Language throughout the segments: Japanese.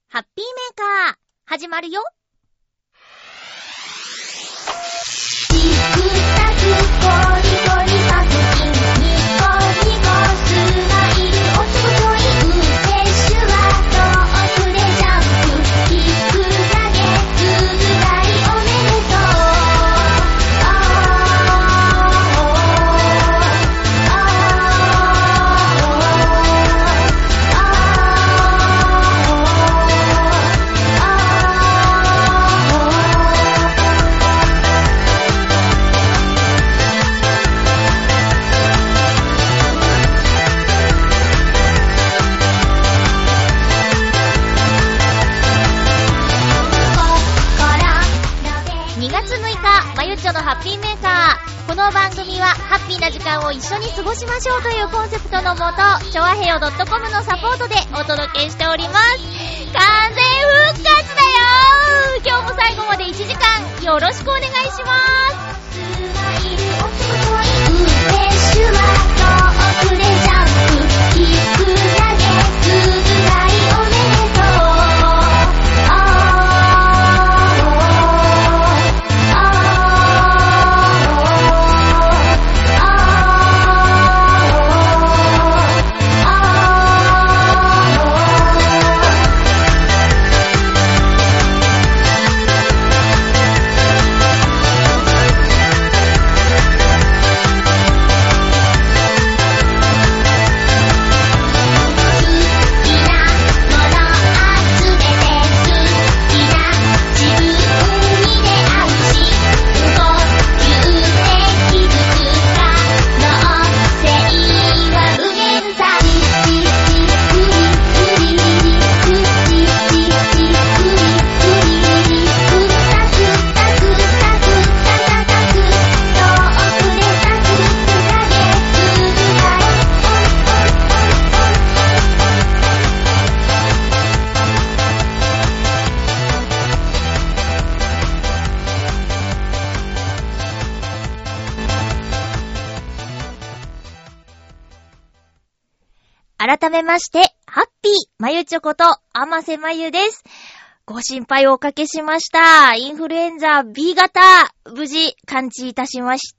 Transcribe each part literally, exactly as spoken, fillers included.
ハッピーメーカー始まるよ。チクタクコリコリパクチンニコニコスマイルおちょこちょいフレッシュは遠くでジャンプキック投げつづらいおめでとう。まゆっちょのハッピーメーカー。この番組はハッピーな時間を一緒に過ごしましょうというコンセプトのもと、チョアヘヨ .com のサポートでお届けしております。完全復活だよ。今日も最後までいちじかんよろしくお願いします。改めまして、ハッピーまゆちょことあませまゆです。ご心配をおかけしました。インフルエンザ ビー 型、無事完治いたしました。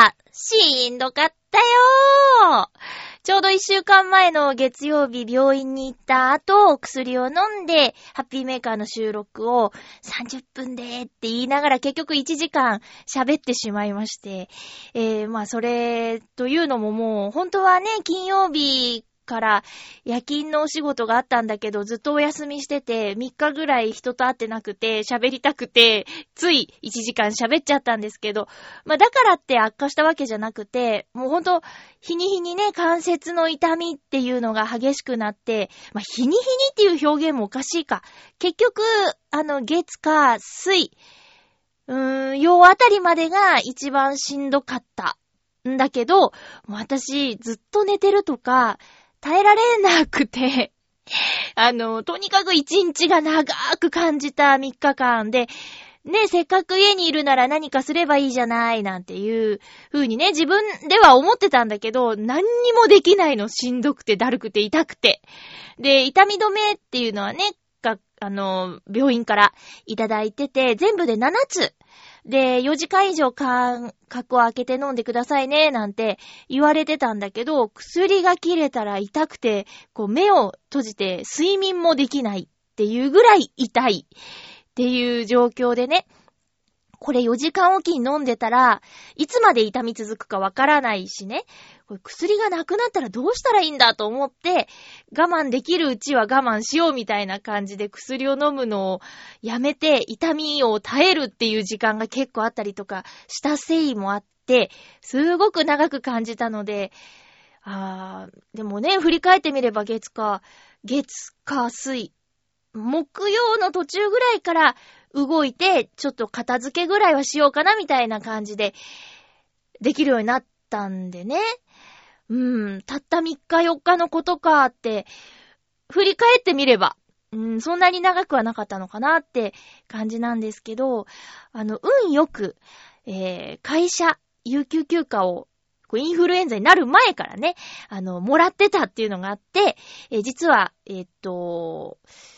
しんどかったよ。ちょうどいっしゅうかんまえの月曜日病院に行った後、薬を飲んで、ハッピーメーカーの収録をさんじゅっぷんでって言いながら結局いちじかん喋ってしまいまして、えー、まあそれというのももう本当はね、金曜日から夜勤のお仕事があったんだけどずっとお休みしててみっかぐらい人と会ってなくて喋りたくてついいちじかん喋っちゃったんですけど、まあだからって悪化したわけじゃなくて、もうほんと日に日にね関節の痛みっていうのが激しくなって、まあ日に日にっていう表現もおかしいか、結局あの月火水うーん曜あたりまでが一番しんどかったんだけど、私ずっと寝てるとか耐えられなくて、あの、とにかく一日が長く感じたみっかかんで、ね、せっかく家にいるなら何かすればいいじゃないなんていう風にね、自分では思ってたんだけど、何にもできないの。しんどくてだるくて痛くて。で、痛み止めっていうのはね、があの、病院からいただいてて、全部でななつ。で、よじかん以上間隔を空けて飲んでくださいね、なんて言われてたんだけど、薬が切れたら痛くて、こう目を閉じて睡眠もできないっていうぐらい痛いっていう状況でね、これよじかんおきに飲んでたらいつまで痛み続くかわからないしね、これ薬がなくなったらどうしたらいいんだと思って我慢できるうちは我慢しようみたいな感じで薬を飲むのをやめて痛みを耐えるっていう時間が結構あったりとかしたせいもあってすごく長く感じたので、あーでもね振り返ってみれば月火月火水木曜の途中ぐらいから動いてちょっと片付けぐらいはしようかなみたいな感じでできるようになったんでね、うん、たったみっかよっかのことかって振り返ってみれば、うん、そんなに長くはなかったのかなって感じなんですけど、あの運よく、えー、会社有給休暇をインフルエンザになる前からね、あのもらってたっていうのがあって、えー、実はえー、っと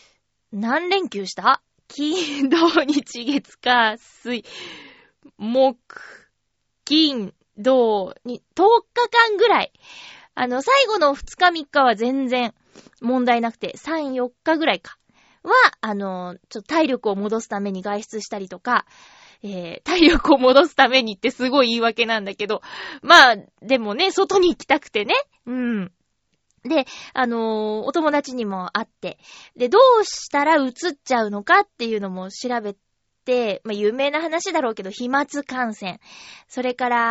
何連休した？金、土、日、月、火、水、木、金、土に、とおかかんぐらい。あの、最後のふつかみっかは全然問題なくて、さん、よっかぐらいか。は、あの、ちょっと体力を戻すために外出したりとか、えー、体力を戻すためにってすごい言い訳なんだけど、まあ、でもね、外に行きたくてね。うん。で、あのー、お友達にも会って、で、どうしたら移っちゃうのかっていうのも調べて、まあ、有名な話だろうけど、飛沫感染。それから、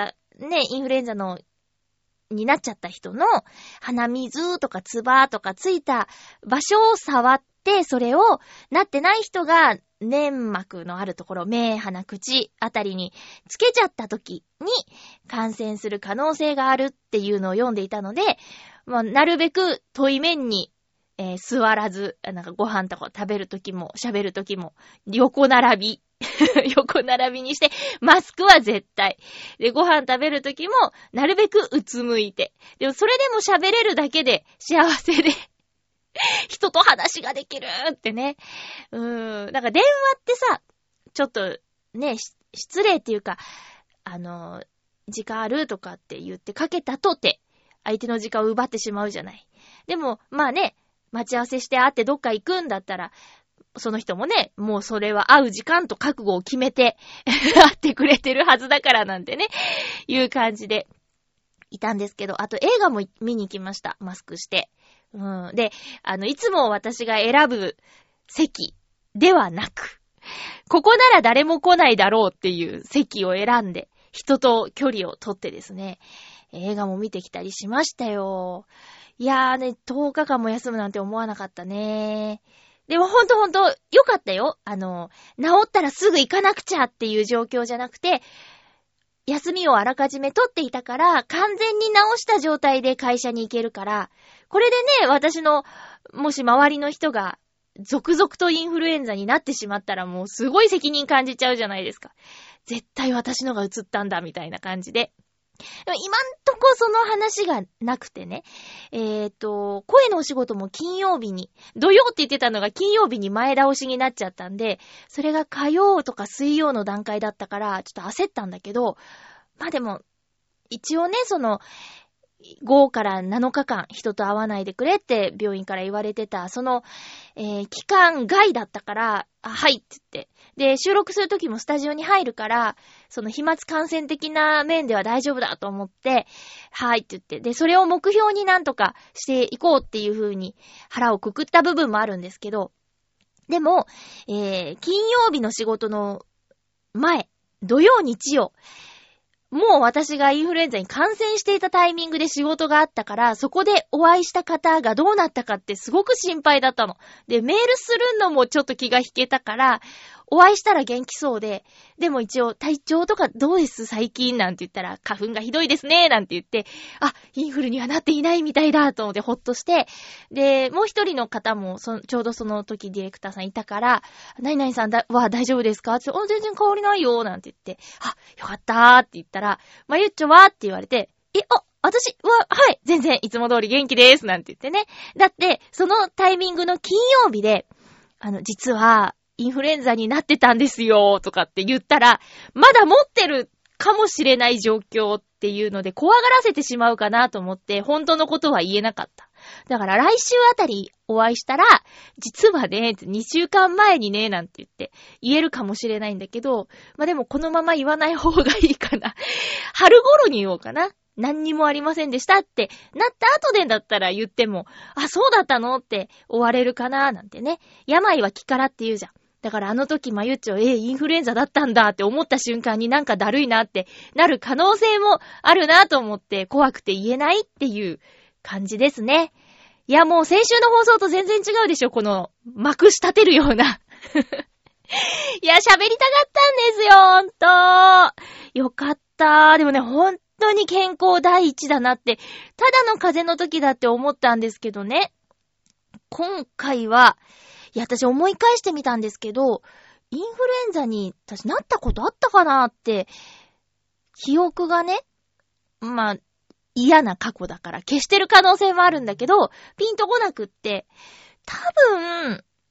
ね、インフルエンザの、になっちゃった人の鼻水とか唾とかついた場所を触って、それをなってない人が粘膜のあるところ、目、鼻、口あたりにつけちゃった時に感染する可能性があるっていうのを読んでいたので、まあ、なるべく遠い面に、えー、座らず、なんかご飯とか食べる時も喋る時も横並び横並びにして、マスクは絶対。で、ご飯食べるときも、なるべくうつむいて。でも、それでも喋れるだけで幸せで、人と話ができるってね。うーん。なんか電話ってさ、ちょっと、ね、失礼っていうか、あの、時間あるとかって言ってかけたとて、相手の時間を奪ってしまうじゃない。でも、まあね、待ち合わせして会ってどっか行くんだったら、その人もね、もうそれは会う時間と覚悟を決めて会ってくれてるはずだからなんてね、いう感じでいたんですけど、あと映画も見に行きました。マスクして。うん、で、あの、いつも私が選ぶ席ではなく、ここなら誰も来ないだろうっていう席を選んで、人と距離をとってですね、映画も見てきたりしましたよ。いやーね、とおかかんも休むなんて思わなかったね。でもほんとほんと良かったよ。あの、治ったらすぐ行かなくちゃっていう状況じゃなくて、休みをあらかじめ取っていたから、完全に治した状態で会社に行けるから、これでね、私の、もし周りの人が、続々とインフルエンザになってしまったらもうすごい責任感じちゃうじゃないですか。絶対私のが移ったんだみたいな感じで。でも今んとこその話がなくてね。えっと、声のお仕事も金曜日に、土曜って言ってたのが金曜日に前倒しになっちゃったんで、それが火曜とか水曜の段階だったから、ちょっと焦ったんだけど、まあでも、一応ね、その、ごからなのかかん人と会わないでくれって病院から言われてた、その、えー、期間外だったから、あ、はいって言って。で、収録するときもスタジオに入るから、その飛沫感染的な面では大丈夫だと思って、はいって言って。で、それを目標になんとかしていこうっていう風に腹をくくった部分もあるんですけど、でも、えー、金曜日の仕事の前、土曜日曜、もう私がインフルエンザに感染していたタイミングで仕事があったから、そこでお会いした方がどうなったかってすごく心配だったの。で、メールするのもちょっと気が引けたから、お会いしたら元気そうで、でも一応体調とかどうです最近なんて言ったら、花粉がひどいですねなんて言って、あ、インフルにはなっていないみたいだと思ってほっとして、で、もう一人の方もそちょうどその時ディレクターさんいたから、何々さんだは大丈夫ですかって、あ、全然変わりないよなんて言って、あ、よかったーって言ったら、まゆっちょはって言われて、え、あ、私は、はい、全然いつも通り元気ですなんて言ってね。だって、そのタイミングの金曜日で、あの、実は、インフルエンザになってたんですよとかって言ったら、まだ持ってるかもしれない状況っていうので怖がらせてしまうかなと思って本当のことは言えなかった。だから来週あたりお会いしたら、実はね、にしゅうかんまえにね、なんて言って言えるかもしれないんだけど、まあ、でもこのまま言わない方がいいかな。春頃に言おうかな。何にもありませんでしたってなった後でだったら言っても、あ、そうだったのって終われるかななんてね。病は気からって言うじゃん。だからあの時まゆっちょ、えー、インフルエンザだったんだって思った瞬間になんかだるいなってなる可能性もあるなと思って怖くて言えないっていう感じですね。いやもう先週の放送と全然違うでしょ、このまくし立てるような。いや喋りたかったんですよ、ほんと。よかった。でもね、本当に健康第一だなって、ただの風邪の時だって思ったんですけどね。今回は、いや、私思い返してみたんですけど、インフルエンザに私なったことあったかなって、記憶がね、まあ、嫌な過去だから消してる可能性もあるんだけど、ピンとこなくって、多分、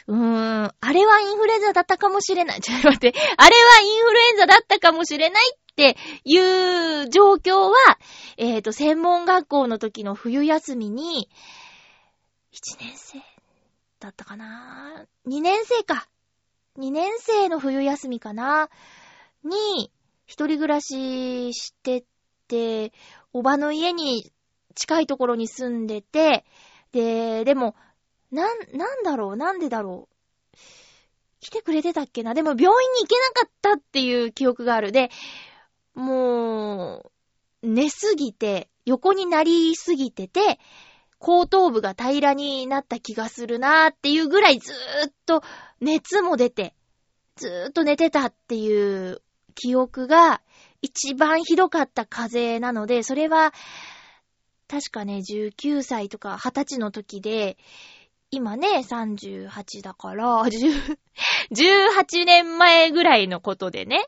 うーん、あれはインフルエンザだったかもしれない。ちょっと待って。あれはインフルエンザだったかもしれないっていう状況は、えっと、専門学校の時の冬休みに、いちねん生だったかな ?に 年生か。にねん生の冬休みかなに、一人暮らししてて、おばの家に近いところに住んでて、で、でも、なん、なんだろうなんでだろう来てくれてたっけなでも病院に行けなかったっていう記憶がある。で、もう、寝すぎて、横になりすぎてて、後頭部が平らになった気がするなーっていうぐらいずーっと熱も出て、ずーっと寝てたっていう記憶が一番ひどかった風邪なので、それは確かね、じゅうきゅうさいとかはたちの時で、今ね、さんじゅうはちだから、じゅうはちねんまえぐらいのことでね。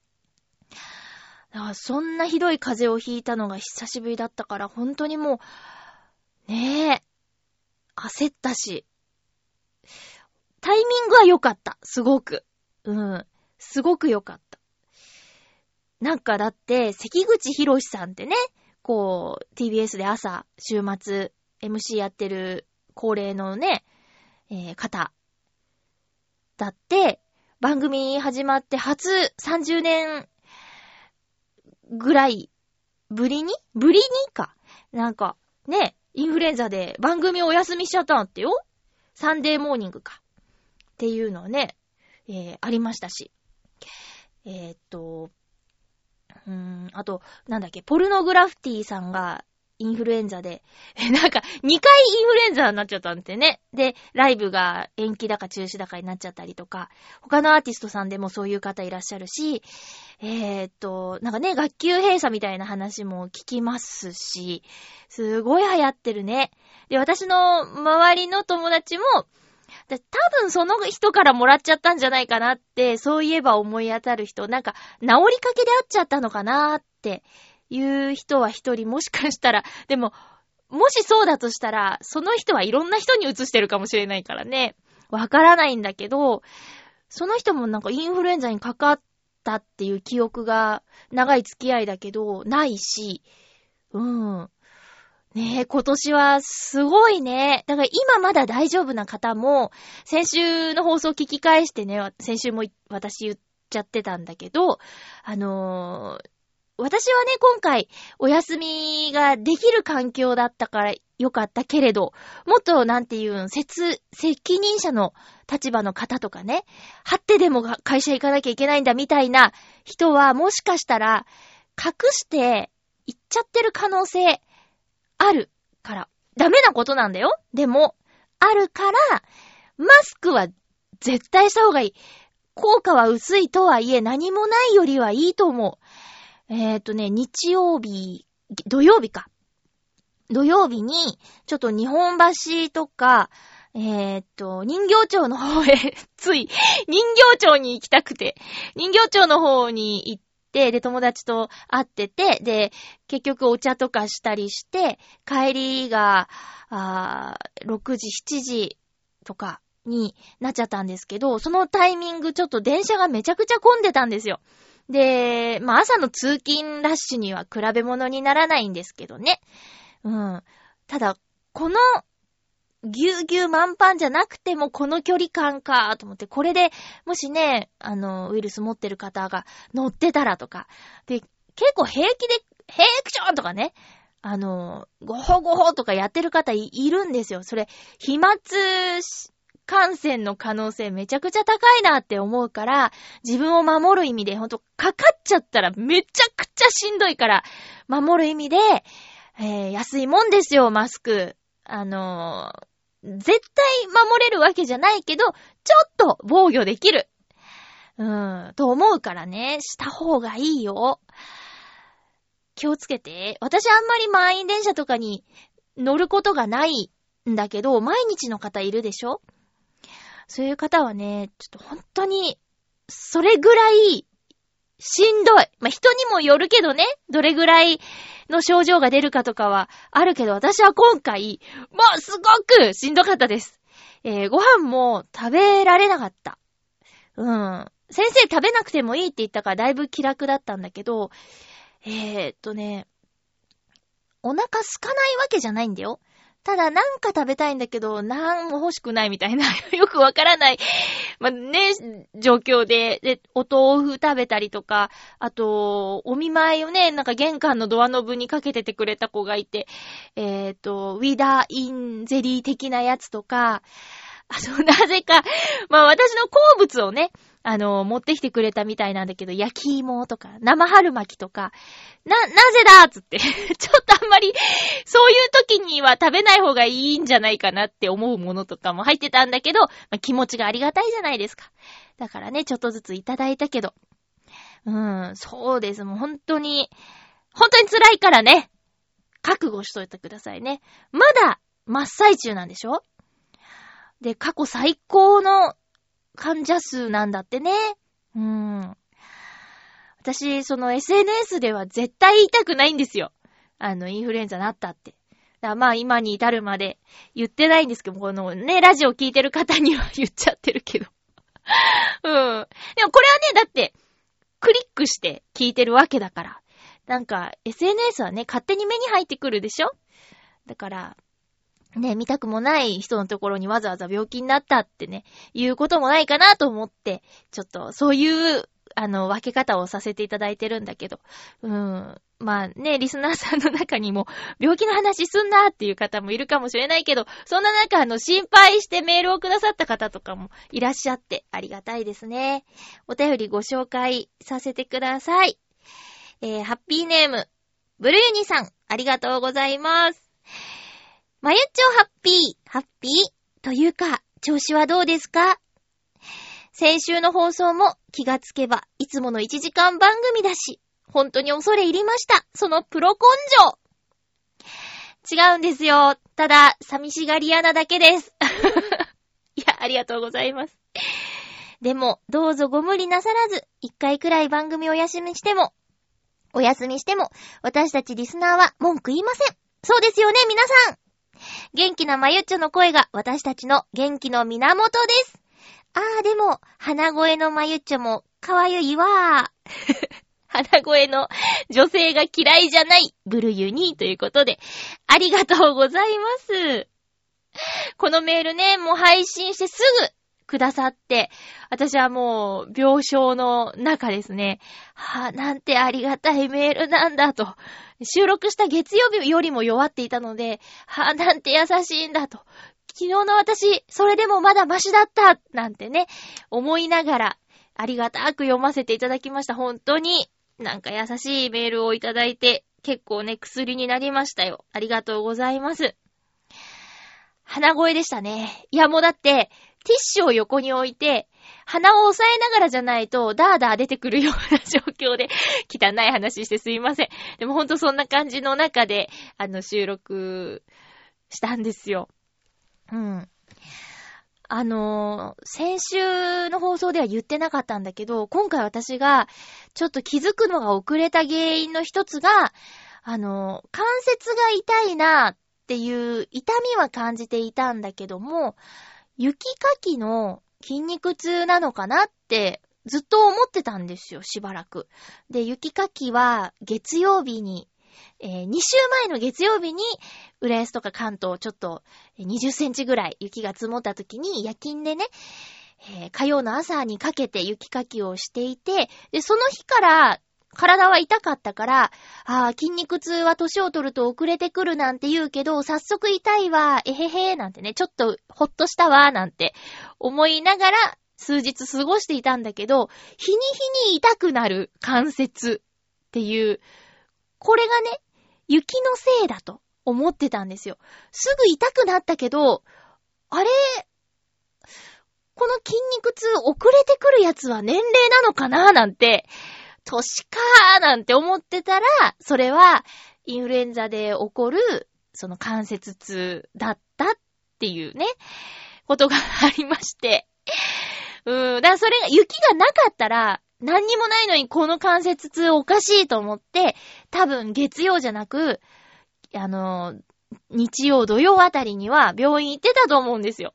そんなひどい風邪をひいたのが久しぶりだったから、本当にもう、ねえ、焦ったし、タイミングは良かった。すごく。うん。すごく良かった。なんかだって、関口博さんってね、こう、ティービーエス で朝、週末、エムシー やってる恒例のね、えー、方。だって、番組始まって初さんじゅうねんぐらいぶりにぶりにか。なんか、ね、インフルエンザで番組お休みしちゃったのってよ。サンデーモーニングか。っていうのはね、えー、ありましたし。えー、っと、うーん、あと、なんだっけ、ポルノグラフィティさんがインフルエンザで、なんかにかいインフルエンザになっちゃったんってね。で、ライブが延期だか中止だかになっちゃったりとか、他のアーティストさんでもそういう方いらっしゃるし、えー、っと、なんかね、学級閉鎖みたいな話も聞きますし、すごい流行ってるね。で、私の周りの友達も、多分その人からもらっちゃったんじゃないかなって、そういえば思い当たる人、なんか治りかけであっちゃったのかなっていう人は一人もしかしたら、でも、もしそうだとしたら、その人はいろんな人に移してるかもしれないからね。わからないんだけど、その人もなんかインフルエンザにかかったっていう記憶が長い付き合いだけど、ないし、うん。ねえ、今年はすごいね。だから今まだ大丈夫な方も、先週の放送聞き返してね、先週も私言っちゃってたんだけど、あのー、私はね、今回お休みができる環境だったからよかったけれど、もっとなんていうん、責、責任者の立場の方とかね、張ってでも会社行かなきゃいけないんだみたいな人はもしかしたら隠して行っちゃってる可能性あるから。ダメなことなんだよ。でも、あるから、マスクは絶対した方がいい。効果は薄いとはいえ何もないよりはいいと思う。えーとね、日曜日、土曜日か。土曜日に、ちょっと日本橋とか、えーと、人形町の方へ、つい、人形町に行きたくて、人形町の方に行って、で、友達と会ってて、で、結局お茶とかしたりして、帰りが、あろくじ、しちじとかになっちゃったんですけど、そのタイミングちょっと電車がめちゃくちゃ混んでたんですよ。で、まあ朝の通勤ラッシュには比べ物にならないんですけどね。うん。ただ、この、ぎゅうぎゅう満帆じゃなくてもこの距離感かと思って、これでもしね、あのウイルス持ってる方が乗ってたらとかで、結構平気で平気じゃんとかね、あのごほごほとかやってる方 い, いるんですよ。それ飛沫感染の可能性めちゃくちゃ高いなって思うから、自分を守る意味でほんとかかっちゃったらめちゃくちゃしんどいから、守る意味で、えー、安いもんですよマスク。あのー絶対守れるわけじゃないけど、ちょっと防御できる。うーん、と思うからね、した方がいいよ。気をつけて。私あんまり満員電車とかに乗ることがないんだけど、毎日の方いるでしょ？そういう方はね、ちょっと本当に、それぐらいしんどい。まあ、人にもよるけどね、どれぐらいの症状が出るかとかはあるけど、私は今回、もうすごくしんどかったです。 えー、ご飯も食べられなかった。うん。先生食べなくてもいいって言ったからだいぶ気楽だったんだけど、えー、っとね、お腹空かないわけじゃないんだよ。ただなんか食べたいんだけど、なんも欲しくないみたいな、よくわからない、まあ、ね、状況で、で、お豆腐食べたりとか、あと、お見舞いをね、なんか玄関のドアノブにかけててくれた子がいて、えっと、ウィダーインゼリー的なやつとか、あと、なぜか、まあ私の好物をね、あの、持ってきてくれたみたいなんだけど、焼き芋とか、生春巻きとか、な、なぜだつって、ちょっとあんまり、そういう時には食べない方がいいんじゃないかなって思うものとかも入ってたんだけど、まあ、気持ちがありがたいじゃないですか。だからね、ちょっとずついただいたけど。うん、そうです。もう本当に、本当に辛いからね、覚悟しといてくださいね。まだ、真っ最中なんでしょ？で、過去最高の患者数なんだってね。うーん。私、その エスエヌエス では絶対言いたくないんですよ。あの、インフルエンザなったって。だからまあ今に至るまで言ってないんですけど、このね、ラジオ聞いてる方には言っちゃってるけど。うん。でもこれはね、だって、クリックして聞いてるわけだから。なんか、エスエヌエス はね、勝手に目に入ってくるでしょ？だから、ね、見たくもない人のところにわざわざ病気になったってね、言うこともないかなと思って、ちょっとそういう、あの、分け方をさせていただいてるんだけど、うん、まあね、リスナーさんの中にも、病気の話すんなっていう方もいるかもしれないけど、そんな中、あの、心配してメールをくださった方とかもいらっしゃって、ありがたいですね。お便りご紹介させてください。えー、ハッピーネーム、ブルユニさん、ありがとうございます。まゆっちょハッピー、ハッピーというか、調子はどうですか？先週の放送も気がつけばいつものいちじかん番組だし、本当に恐れ入りました。そのプロ根性。違うんですよ。ただ、寂しがり屋なだけです。いや、ありがとうございます。でも、どうぞご無理なさらず、一回くらい番組お休みしても、お休みしても、私たちリスナーは文句言いません。そうですよね、皆さん。元気なまゆっちょの声が私たちの元気の源です。あーでも、鼻声のまゆっちょもかわゆいわー。鼻声の女性が嫌いじゃないブルユニーということで、ありがとうございます。このメールね、もう配信してすぐくださって、私はもう病床の中ですね。はぁ、なんてありがたいメールなんだと。収録した月曜日よりも弱っていたので、はぁ、なんて優しいんだと。昨日の私、それでもまだマシだったなんてね、思いながら、ありがたく読ませていただきました。本当に、なんか優しいメールをいただいて、結構ね、薬になりましたよ。ありがとうございます。鼻声でしたね。いやもうだって、ティッシュを横に置いて、鼻を押さえながらじゃないと、ダーダー出てくるような状況で、汚い話してすいません。でもほんとそんな感じの中で、あの、収録したんですよ。うん。あのー、先週の放送では言ってなかったんだけど、今回私がちょっと気づくのが遅れた原因の一つが、あのー、関節が痛いなっていう痛みは感じていたんだけども、雪かきの筋肉痛なのかなってずっと思ってたんですよ、しばらく。で、雪かきは月曜日に、えー、に週前の月曜日に、浦安とか関東ちょっとにじゅっセンチぐらい雪が積もった時に夜勤でね、えー、火曜の朝にかけて雪かきをしていて、で、その日から体は痛かったから、ああ、筋肉痛は年を取ると遅れてくるなんて言うけど、早速痛いわ、えへへなんてね、ちょっとほっとしたわ、なんて思いながら数日過ごしていたんだけど、日に日に痛くなる関節っていう、これがね、雪のせいだと思ってたんですよ。すぐ痛くなったけど、あれ、この筋肉痛遅れてくるやつは年齢なのかななんて、年かーなんて思ってたら、それはインフルエンザで起こるその関節痛だったっていうね、ことがありまして。うーん、だからそれが雪がなかったら、何にもないのにこの関節痛おかしいと思って、多分月曜じゃなく、あの、日曜土曜あたりには病院行ってたと思うんですよ。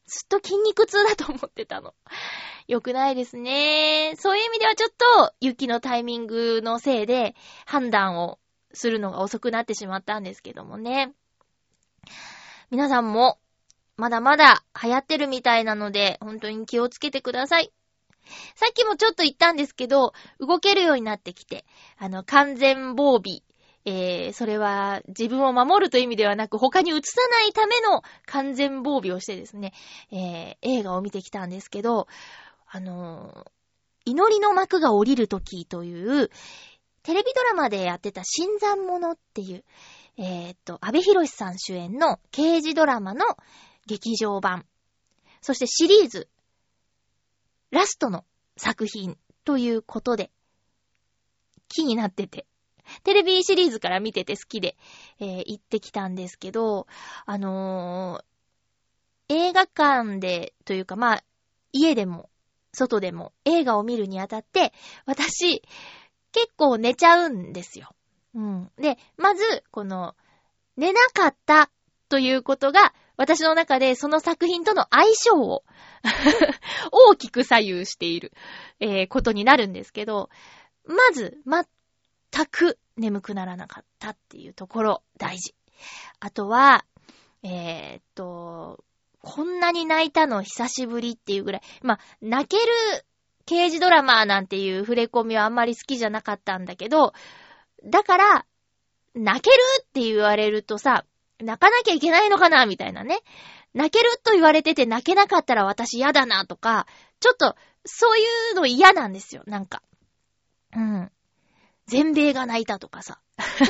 ずっと筋肉痛だと思ってたの。よくないですね。そういう意味ではちょっと雪のタイミングのせいで判断をするのが遅くなってしまったんですけどもね。皆さんもまだまだ流行ってるみたいなので本当に気をつけてください。さっきもちょっと言ったんですけど、動けるようになってきて、あの完全防備、えー、それは自分を守るという意味ではなく他に移さないための完全防備をしてですね、えー、映画を見てきたんですけど、あのー、祈りの幕が降りるときというテレビドラマでやってた新参者っていう、えー、っと、阿部寛さん主演の刑事ドラマの劇場版、そしてシリーズラストの作品ということで気になってて、テレビシリーズから見てて好きで、えー、行ってきたんですけど、あのー、映画館でというか、まあ家でも外でも映画を見るにあたって、私結構寝ちゃうんですよ。うん。で、まずこの寝なかったということが私の中でその作品との相性を大きく左右している、えー、ことになるんですけど、まず全く眠くならなかったっていうところ大事。あとはえー、っとこんなに泣いたの久しぶりっていうぐらい、まあ泣ける刑事ドラマなんていう触れ込みはあんまり好きじゃなかったんだけど、だから泣けるって言われるとさ、泣かなきゃいけないのかなみたいなね。泣けると言われてて泣けなかったら私嫌だなとか、ちょっとそういうの嫌なんですよ、なんか。うん。全米が泣いたとかさ。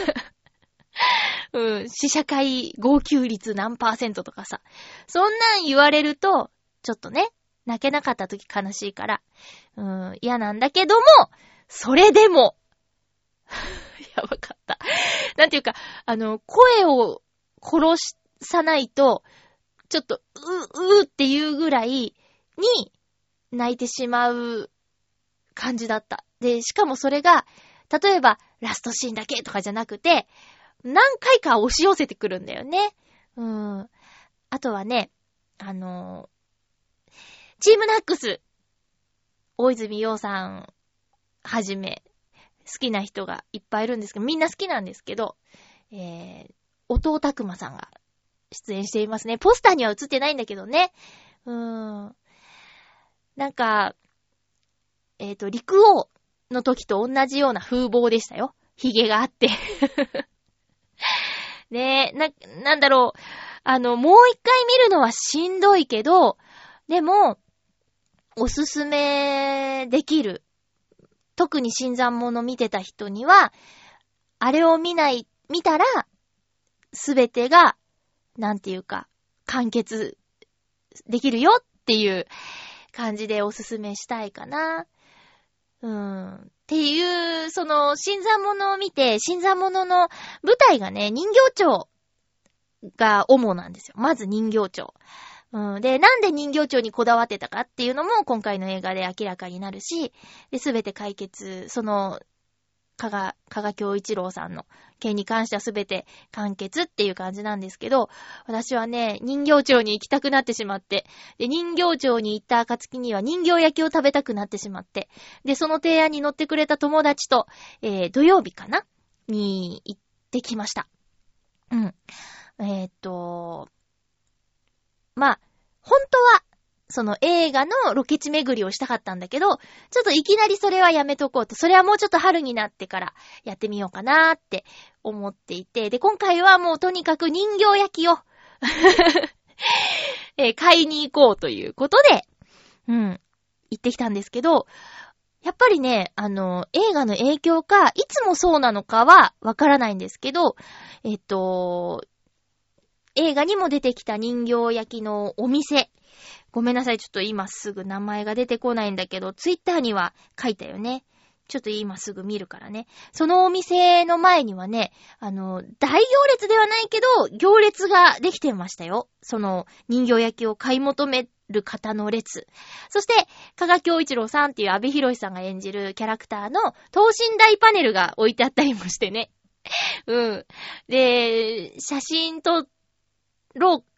うん、試写会号泣率何パーセントとかさ。そんなん言われると、ちょっとね、泣けなかった時悲しいから、うん、嫌なんだけども、それでも、やばかった。なんていうか、あの、声を殺さないと、ちょっと、う、うっていうぐらいに泣いてしまう感じだった。で、しかもそれが、例えば、ラストシーンだけとかじゃなくて、何回か押し寄せてくるんだよね。うん。あとはね、あの、チームナックス、大泉洋さんはじめ、好きな人がいっぱいいるんですけど、みんな好きなんですけど、えー、音尾拓馬さんが出演していますね。ポスターには映ってないんだけどね。うーん。なんか、えっと、陸王の時と同じような風貌でしたよ。髭があって。ねえ、な、なんだろう。あの、もう一回見るのはしんどいけど、でも、おすすめできる。特に新参者見てた人には、あれを見ない、見たら、すべてが、なんていうか、完結できるよっていう感じでおすすめしたいかな。うん。っていう、その、新参者を見て、新参者の舞台がね、人形町が主なんですよ。まず人形町。うん、で、なんで人形町にこだわってたかっていうのも今回の映画で明らかになるし、で、すべて解決、その、加賀、加賀恭一郎さんの件に関してはすべて完結っていう感じなんですけど、私はね、人形町に行きたくなってしまって、で、人形町に行った暁には人形焼きを食べたくなってしまって、で、その提案に乗ってくれた友達と、えー、土曜日かなに行ってきました。うん。えー、っと、まあ、本当は、その映画のロケ地巡りをしたかったんだけど、ちょっといきなりそれはやめとこうと、それはもうちょっと春になってからやってみようかなーって思っていて、で、今回はもうとにかく人形焼きを、えー、買いに行こうということで、うん、行ってきたんですけど、やっぱりね、あの、映画の影響か、いつもそうなのかはわからないんですけど、えっと、映画にも出てきた人形焼きのお店。ごめんなさい、ちょっと今すぐ名前が出てこないんだけど、ツイッターには書いたよね。ちょっと今すぐ見るからね。そのお店の前にはね、あの、大行列ではないけど、行列ができてましたよ。その人形焼きを買い求める方の列。そして、加賀恭一郎さんっていう阿部寛さんが演じるキャラクターの等身大パネルが置いてあったりもしてね。うん。で、写真撮ろう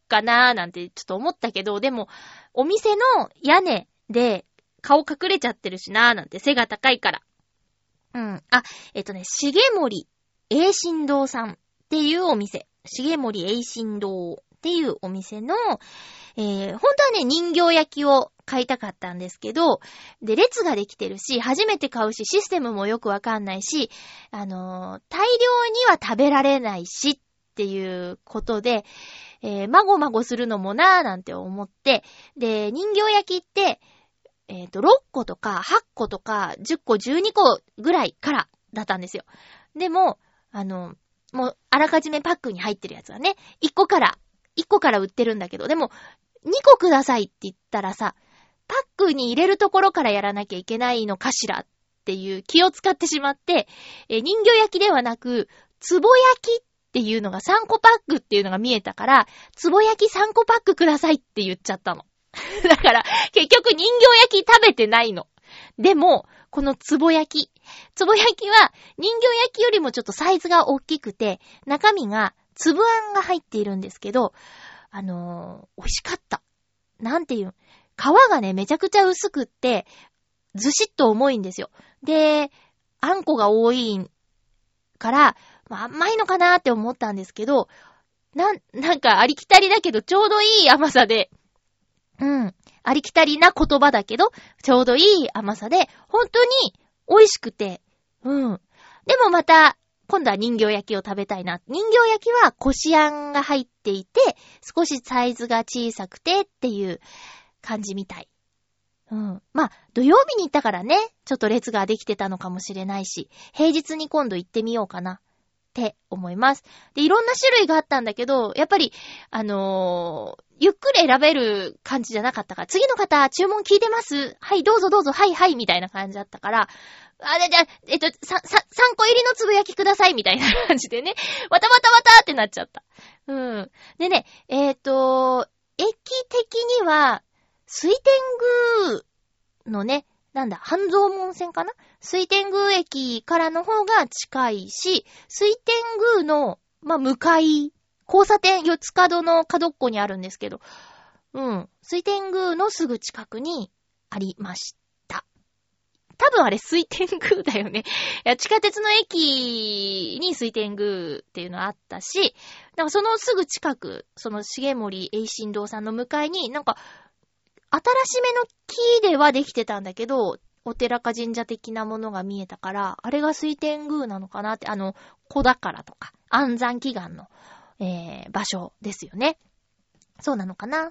かなーなんてちょっと思ったけど、でも、お店の屋根で顔隠れちゃってるしなーなんて背が高いから。うん。あ、えっとね、重森栄新堂さんっていうお店。重森栄新堂っていうお店の、えー、本当はね、人形焼きを買いたかったんですけど、で、列ができてるし、初めて買うし、システムもよくわかんないし、あのー、大量には食べられないしっていうことで、えー、まごまごするのもなーなんて思って、で、人形焼きって、えっと、ろっことかはっことかじゅっこ、じゅうにこぐらいからだったんですよ。でも、あの、もう、あらかじめパックに入ってるやつはね、いっこから、いっこから売ってるんだけど、でも、にこくださいって言ったらさ、パックに入れるところからやらなきゃいけないのかしらっていう気を使ってしまって、え人形焼きではなく、つぼ焼きっていうのがさんこパックっていうのが見えたから、つぼ焼きさんこパックくださいって言っちゃったの。だから、結局人形焼き食べてないの。でも、このつぼ焼き。つぼ焼きは人形焼きよりもちょっとサイズが大きくて、中身がつぶあんが入っているんですけど、あのー、美味しかった。なんていう、皮がね、めちゃくちゃ薄くって、ずしっと重いんですよ。で、あんこが多いから、まあ、甘いのかなーって思ったんですけど、なん、なんかありきたりだけど、ちょうどいい甘さで、うん。ありきたりな言葉だけど、ちょうどいい甘さで、本当に美味しくて、うん。でもまた、今度は人形焼きを食べたいな。人形焼きはこしあんが入っていて、少しサイズが小さくてっていう感じみたい。うん。まあ、土曜日に行ったからね、ちょっと列ができてたのかもしれないし、平日に今度行ってみようかなって思います。で、いろんな種類があったんだけど、やっぱり、あのー、ゆっくり選べる感じじゃなかったから、次の方、注文聞いてます?はい、どうぞどうぞ、はいはい、みたいな感じだったから、あ、じゃあ、えっと、さ、さ、さんこ入りのつぶ焼きください、みたいな感じでね、わたわたわたってなっちゃった。うん。でね、えっと、駅的には、水天宮のね、なんだ、半蔵門線かな?水天宮駅からの方が近いし、水天宮の、まあ、向かい、交差点、四つ角の角っこにあるんですけど、うん。水天宮のすぐ近くにありました。多分あれ水天宮だよね。いや、地下鉄の駅に水天宮っていうのあったし、なんかそのすぐ近く、その重森栄新堂さんの向かいに、なんか、新しめの木ではできてたんだけど、お寺か神社的なものが見えたから、あれが水天宮なのかなって、あの、子宝とか、安産祈願の、えー、場所ですよね。そうなのかなって、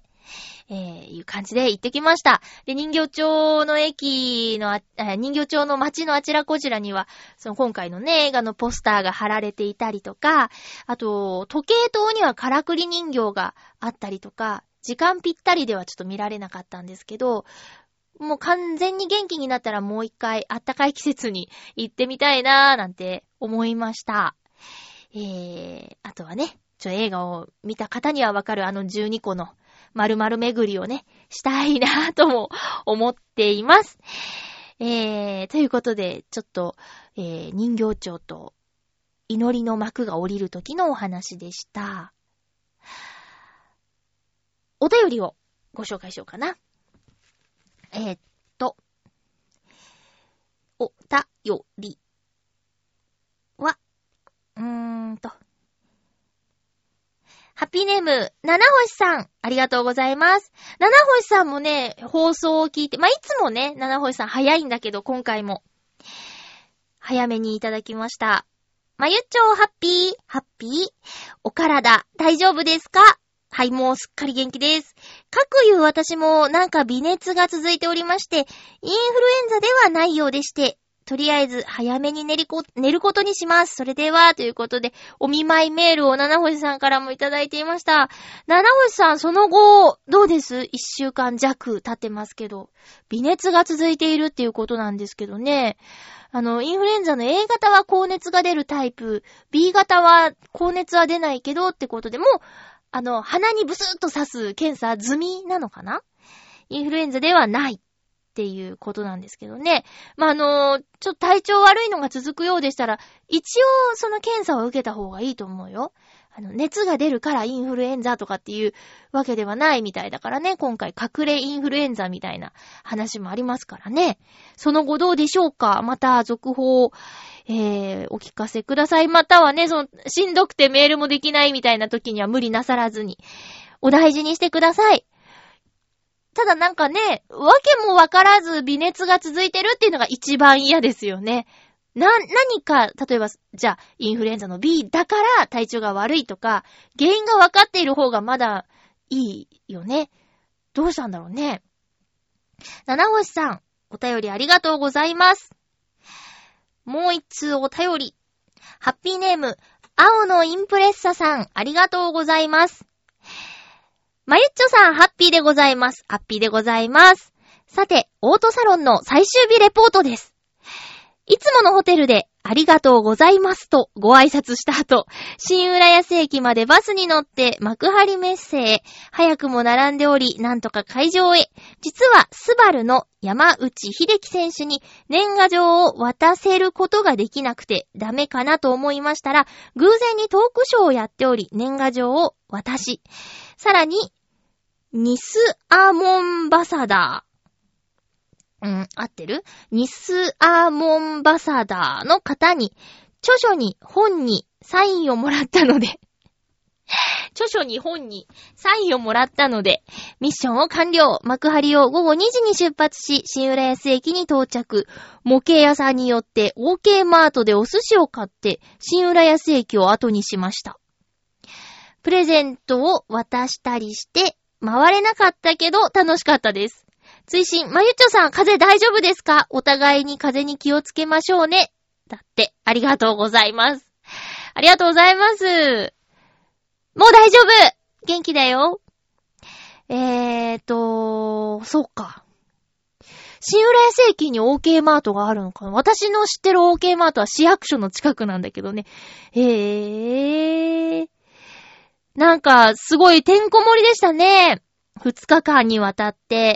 えー、いう感じで行ってきました。で、人形町の駅のあ、人形町の街のあちらこちらには、その今回のね、映画のポスターが貼られていたりとか、あと、時計塔にはからくり人形があったりとか、時間ぴったりではちょっと見られなかったんですけど、もう完全に元気になったらもう一回あったかい季節に行ってみたいなーなんて思いました。えー、あとはね、ちょ映画を見た方にはわかるあのじゅうにこの丸々巡りをね、したいなとも思っています。えー、ということで、ちょっと、えー、人形町と祈りの幕が降りる時のお話でした。お便りをご紹介しようかな。えー、っと、おたよりは、うーんと、ハッピーネーム、七星さん、ありがとうございます。七星さんもね、放送を聞いて、まあ、いつもね、七星さん早いんだけど、今回も、早めにいただきました。まゆっちょハッピー、ハッピー、お体、大丈夫ですか?はい、もうすっかり元気です。かくいう私もなんか微熱が続いておりまして、インフルエンザではないようでして、とりあえず早めに寝るこ、寝ることにします。それでは、ということで、お見舞いメールを七星さんからもいただいていました。七星さん、その後、どうです?一週間弱経ってますけど、微熱が続いているっていうことなんですけどね。あの、インフルエンザの A 型は高熱が出るタイプ、B 型は高熱は出ないけどってことでも、あの、鼻にブスッと刺す検査済みなのかな?インフルエンザではないっていうことなんですけどね。まあ、あの、ちょっと体調悪いのが続くようでしたら、一応その検査を受けた方がいいと思うよ。 あの、熱が出るからインフルエンザとかっていうわけではないみたいだからね、今回隠れインフルエンザみたいな話もありますからね。その後どうでしょうか？また続報、えー、お聞かせください。またはね、その、しんどくてメールもできないみたいな時には無理なさらずに、お大事にしてください。ただなんかね、わけもわからず微熱が続いてるっていうのが一番嫌ですよね。な、何か、例えば、じゃあ、インフルエンザの B だから体調が悪いとか、原因がわかっている方がまだいいよね。どうしたんだろうね。七星さん、お便りありがとうございます。もう一通お便り。ハッピーネーム、青のインプレッサさん、ありがとうございます。まゆっちょさん、ハッピーでございます。ハッピーでございます。さて、オートサロンの最終日レポートです。いつものホテルでありがとうございますとご挨拶した後、新浦安駅までバスに乗って幕張メッセへ早くも並んでおり、なんとか会場へ。実はスバルの山内秀樹選手に年賀状を渡せることができなくてダメかなと思いましたら、偶然にトークショーをやっており年賀状を渡し、さらにニスアモンバサダー、うん、合ってる？ニスアーモンバサダーの方に、著書に本にサインをもらったので、著書に本にサインをもらったので、ミッションを完了。幕張を午後にじに出発し、新浦安駅に到着。模型屋さんによって OK マートでお寿司を買って、新浦安駅を後にしました。プレゼントを渡したりして、回れなかったけど楽しかったです。追伸、まゆっちょさん、風邪大丈夫ですか？お互いに風邪に気をつけましょうね。だって、ありがとうございます。ありがとうございます。もう大丈夫！元気だよ。えーと、そうか。新浦安駅に OK マートがあるのかな？私の知ってる OK マートは市役所の近くなんだけどね。へー。なんか、すごいてんこ盛りでしたね。二日間にわたって。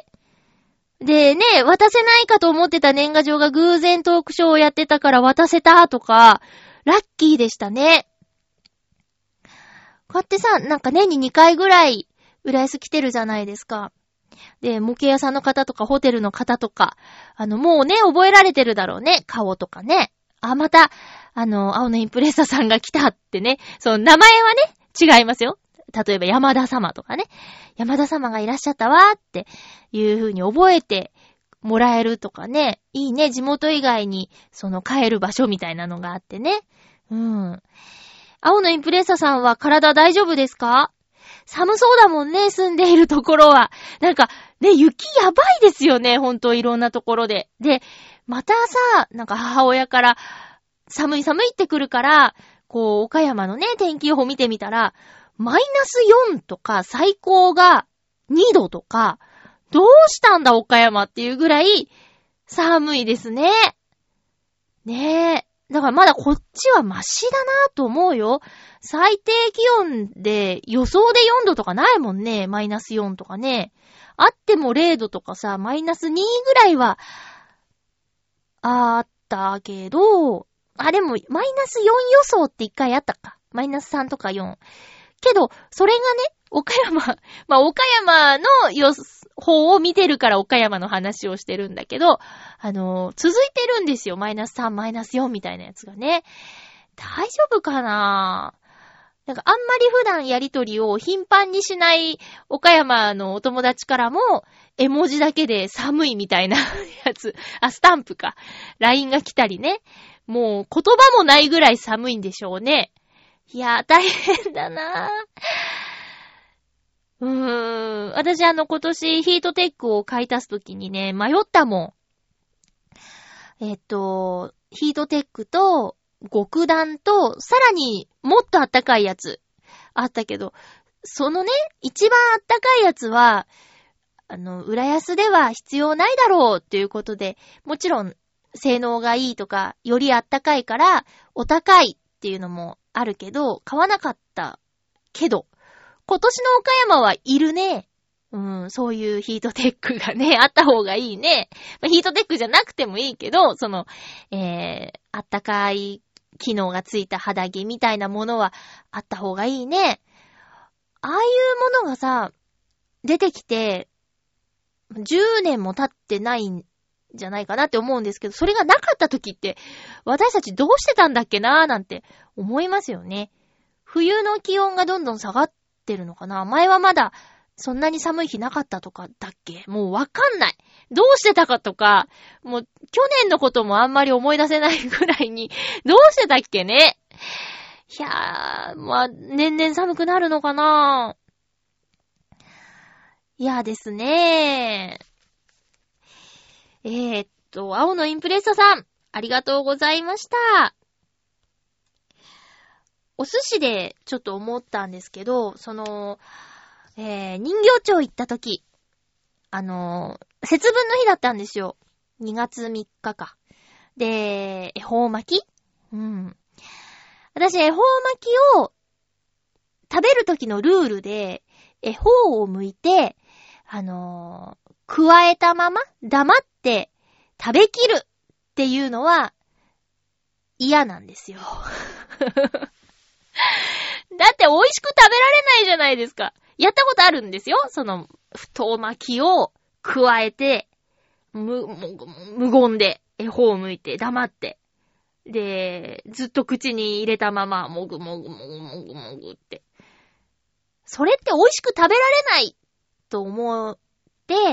でね、渡せないかと思ってた年賀状が偶然トークショーをやってたから渡せたとか、ラッキーでしたね。こうやってさ、なんか年ににかいぐらい浦安来てるじゃないですか。で、模型屋さんの方とかホテルの方とか、あの、もうね、覚えられてるだろうね。顔とかね。あ、また、あの、青のインプレッサさんが来たってね。その名前はね、違いますよ。例えば山田様とかね。山田様がいらっしゃったわっていう風に覚えてもらえるとかね。いいね。地元以外にその帰る場所みたいなのがあってね。うん。青のインプレッサさんは体大丈夫ですか？寒そうだもんね。住んでいるところは。なんかね、雪やばいですよね。ほんといろんなところで。で、またさ、なんか母親から寒い寒いってくるから、こう岡山のね、天気予報見てみたら、マイナスよんとか最高がにどとか、どうしたんだ岡山っていうぐらい寒いですね。ねえ。だからまだこっちはマシだなと思うよ。最低気温で予想でよんどとかないもんね。マイナスよんとかね。あってもれいどとかさ、マイナスにぐらいはあったけど、あ、でもマイナスよん予想って一回あったか。マイナスさんとかよん。けど、それがね、岡山、まあ、岡山の予報を見てるから岡山の話をしてるんだけど、あのー、続いてるんですよ。マイナスさん、マイナスよんみたいなやつがね。大丈夫かな？なんかあんまり普段やりとりを頻繁にしない岡山のお友達からも、絵文字だけで寒いみたいなやつ、あ、スタンプか。ライン が来たりね。もう言葉もないぐらい寒いんでしょうね。いや、大変だなぁ。うーん。私あの今年ヒートテックを買い足すときにね、迷ったもん。えっと、ヒートテックと極暖と、さらにもっとあったかいやつあったけど、そのね、一番あったかいやつは、あの、浦安では必要ないだろうっていうことで、もちろん性能がいいとか、よりあったかいからお高いっていうのもあるけど、買わなかったけど、今年の岡山はいるね。うん、そういうヒートテックがね、あった方がいいね。まあ、ヒートテックじゃなくてもいいけど、その、えー、あったかい機能がついた肌着みたいなものはあった方がいいね。ああいうものがさ、出てきて、じゅうねんも経ってないんじゃないかなって思うんですけど、それがなかった時って、私たちどうしてたんだっけなーなんて思いますよね。冬の気温がどんどん下がってるのかな。前はまだそんなに寒い日なかったとかだっけ？もうわかんない。どうしてたかとか、もう去年のこともあんまり思い出せないぐらいに、どうしてたっけね。いやー、まあ、年々寒くなるのかないやですね。えー、っと、青のインプレッサさん、ありがとうございました。お寿司でちょっと思ったんですけど、その、えー、人形町行った時、あのー、節分の日だったんですよ。にがつみっかか。で、恵方巻き？うん。私、恵方巻きを食べる時のルールで、恵方を剥いて、あのー、加えたまま黙って食べきるっていうのは嫌なんですよ。だって美味しく食べられないじゃないですか。やったことあるんですよ。その太巻きを加えて無、無言で恵方を剥いて黙ってでずっと口に入れたままもぐもぐもぐもぐもぐって、それって美味しく食べられないと思って、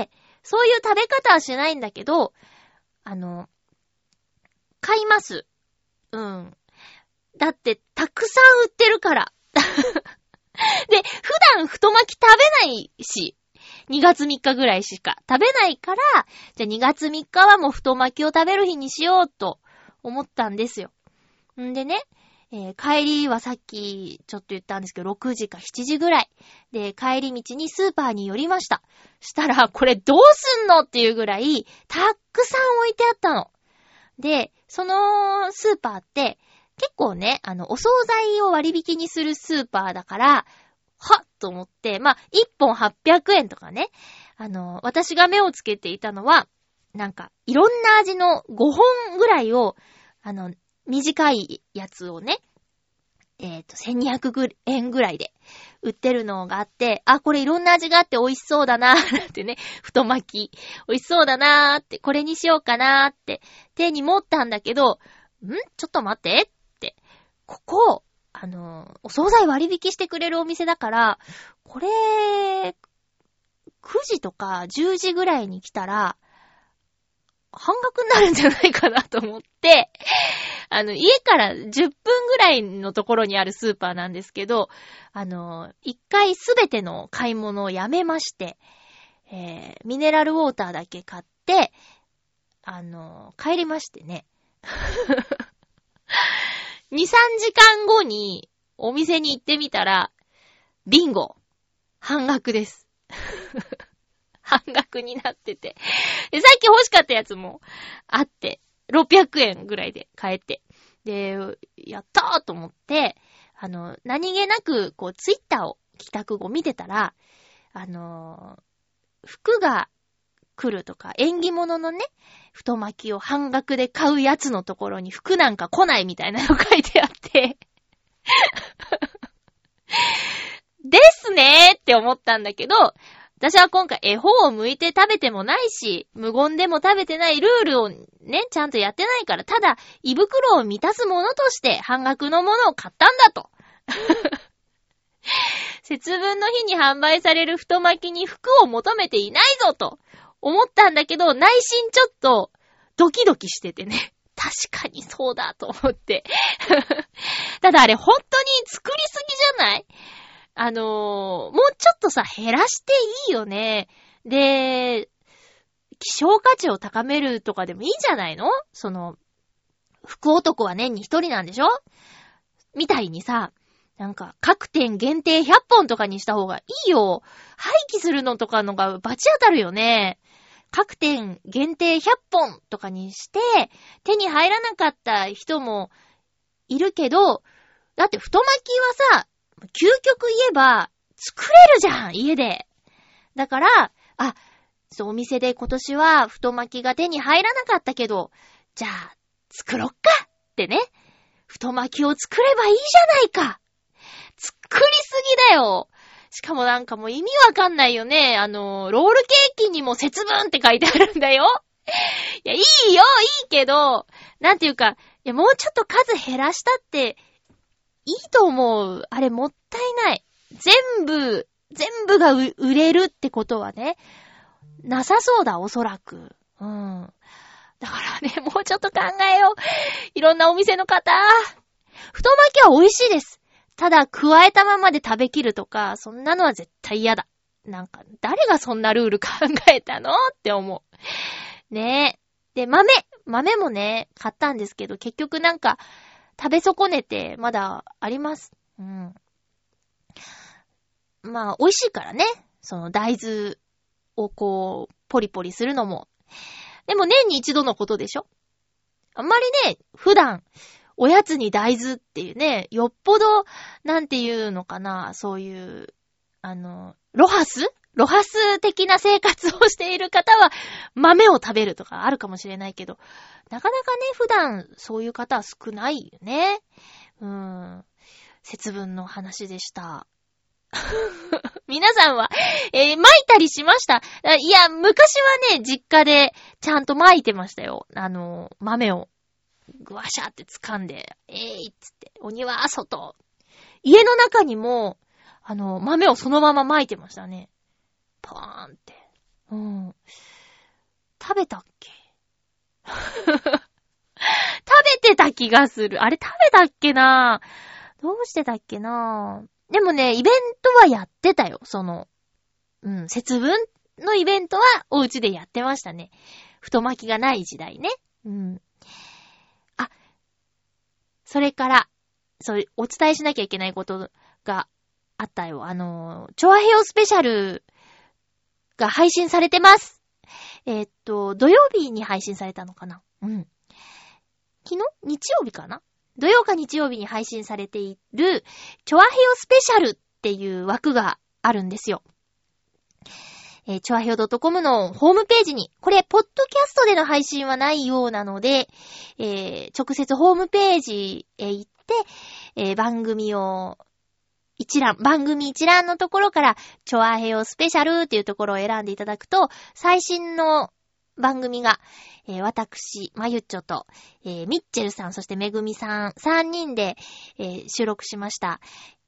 そういう食べ方はしないんだけど、あの買います。うん。だってたくさん売ってるからで、普段太巻き食べないし、にがつみっかぐらいしか食べないから、じゃあにがつみっかはもう太巻きを食べる日にしようと思ったんですよ。んでね、えー、帰りはさっきちょっと言ったんですけど、ろくじかしちじぐらい。で、帰り道にスーパーに寄りました。したら、これどうすんのっていうぐらい、たくさん置いてあったの。で、そのスーパーって、結構ね、あの、お惣菜を割引にするスーパーだから、はっと思って、まあ、いっぽんはっぴゃくえんとかね、あの、私が目をつけていたのは、なんか、いろんな味のごほんぐらいを、あの、短いやつをね、えっと、せんにひゃくえんぐらいで売ってるのがあって、あ、これいろんな味があって美味しそうだなーってね、太巻き、美味しそうだなーって、これにしようかなーって手に持ったんだけど、ん？ちょっと待ってって、ここ、あの、お惣菜割引してくれるお店だから、これ、くじとかじゅうじぐらいに来たら、半額になるんじゃないかなと思って、あの、家からじゅっぷんぐらいのところにあるスーパーなんですけど、あの、一回すべての買い物をやめまして、えー、ミネラルウォーターだけ買って、あの、帰りましてね。に、さんじかんごにお店に行ってみたら、ビンゴ半額です。半額になってて。で、さっき欲しかったやつもあって、ろっぴゃくえんぐらいで買えて。で、やったーと思って、あの、何気なく、こう、ツイッターを帰宅後見てたら、あのー、服が来るとか、縁起物のね、太巻きを半額で買うやつのところに服なんか来ないみたいなの書いてあって、ですねーって思ったんだけど、私は今回恵方を剥いて食べてもないし、無言でも食べてないルールをね、ちゃんとやってないから、ただ胃袋を満たすものとして半額のものを買ったんだと。節分の日に販売される太巻きに服を求めていないぞと思ったんだけど、内心ちょっとドキドキしててね。確かにそうだと思って。ただあれ本当に作りすぎじゃない？あのー、もうちょっとさ、減らしていいよね。で、希少価値を高めるとかでもいいんじゃないの？その、福男は年に一人なんでしょ？みたいにさ、なんか、各店限定ひゃっぽんとかにした方がいいよ。廃棄するのとかのがバチ当たるよね。各店限定ひゃっぽんとかにして、手に入らなかった人もいるけど、だって太巻きはさ、究極言えば作れるじゃん、家で。だから、あ、そう、お店で今年は太巻きが手に入らなかったけど、じゃあ作ろっかってね。 太巻きを作ればいいじゃないか。作りすぎだよ。しかもなんかもう意味わかんないよね。あの、ロールケーキにも節分って書いてあるんだよ。いや、いいよ、いいけど、なんていうか、いや、もうちょっと数減らしたって、いいと思う。あれもったいない。全部、全部が売れるってことはね、なさそうだ、おそらく。うん。だからね、もうちょっと考えよう。いろんなお店の方。太巻きは美味しいです。ただ、加えたままで食べきるとか、そんなのは絶対嫌だ。なんか、誰がそんなルール考えたのって思う。ねえ。で、豆。豆もね、買ったんですけど、結局なんか、食べ損ねて、まだあります。うん。まあ、美味しいからね。その大豆をこう、ポリポリするのも。でも年に一度のことでしょ？あんまりね、普段、おやつに大豆っていうね、よっぽど、なんていうのかな、そういう、あの、ロハス？ロハス的な生活をしている方は、豆を食べるとかあるかもしれないけど、なかなかね、普段そういう方は少ないよね。うーん。節分の話でした。皆さんは、えー、巻いたりしました？いや、昔はね、実家でちゃんと巻いてましたよ。あの、豆をぐわしゃって掴んで、えーいっつって、鬼は外。家の中にも、あの、豆をそのまま巻いてましたね。パーンって。うん。食べたっけ？食べてた気がする。あれ食べたっけな？どうしてたっけな？でもね、イベントはやってたよ。その、うん、節分のイベントはお家でやってましたね。太巻きがない時代ね。うん。あ、それから、そう、お伝えしなきゃいけないことがあったよ。あの、チョアヘヨスペシャルが配信されてます。えー、っと、土曜日に配信されたのかな？うん。昨日？日曜日かな？土曜か日曜日に配信されているチョアヘヨスペシャルっていう枠があるんですよ。えー、チョアヘヨ .com のホームページに、これポッドキャストでの配信はないようなので、えー、直接ホームページへ行って、えー、番組を一覧、番組一覧のところからチョアヘヨスペシャルっていうところを選んでいただくと、最新の番組が、えー、私、まゆっちょと、えー、ミッチェルさん、そしてめぐみさん、さんにんで、えー、収録しました。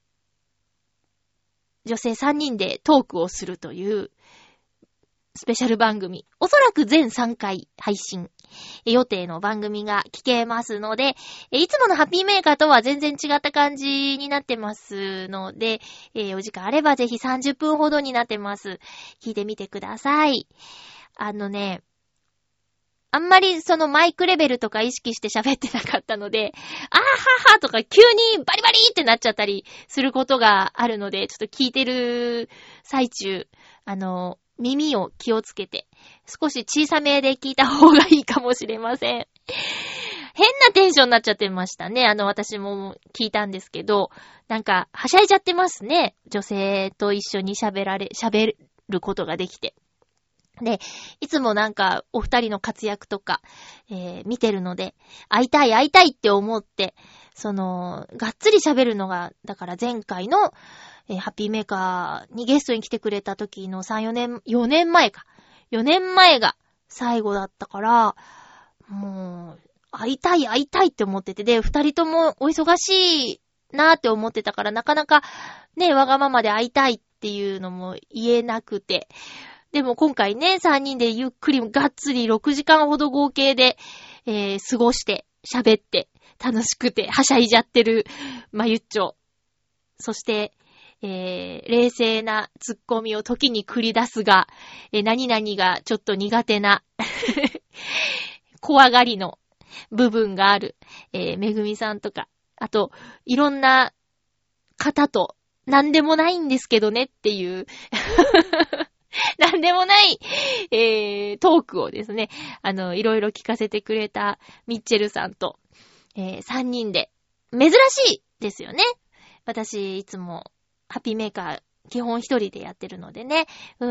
女性さんにんでトークをするというスペシャル番組。おそらく全さんかい配信予定の番組が聞けますので、いつものハッピーメーカーとは全然違った感じになってますので、えー、お時間あればぜひさんじゅっぷんほどになってます。聞いてみてください。あのね、あんまりそのマイクレベルとか意識して喋ってなかったので、あーははとか急にバリバリってなっちゃったりすることがあるので、ちょっと聞いてる最中、あの、耳を気をつけて、少し小さめで聞いた方がいいかもしれません。変なテンションになっちゃってましたね。あの、私も聞いたんですけど、なんか、はしゃいじゃってますね。女性と一緒に喋られ、喋ることができて。で、いつもなんかお二人の活躍とか、えー、見てるので、会いたい会いたいって思って、その、がっつり喋るのが、だから前回の、えー、ハッピーメーカーにゲストに来てくれた時のさん、よねん、よねんまえか。よねんまえが最後だったから、もう、会いたい会いたいって思ってて、で、二人ともお忙しいなーって思ってたから、なかなかね、わがままで会いたいっていうのも言えなくて、でも今回ね、さんにんでゆっくりがっつりろくじかんほど合計で、えー、過ごして、喋って、楽しくて、はしゃいじゃってる、まゆっちょ。そして、えー、冷静なツッコミを時に繰り出すが、えー、何々がちょっと苦手な、怖がりの部分がある、えー、めぐみさんとか、あと、いろんな方と、なんでもないんですけどねっていう、なんでもない、えー、トークをですね、あの、いろいろ聞かせてくれたミッチェルさんと、えー、さんにんで、珍しいですよね。私、いつも、ハッピーメーカー、基本一人でやってるのでね、うん、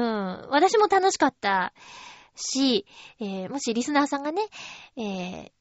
私も楽しかったし、えー、もしリスナーさんがね、えー、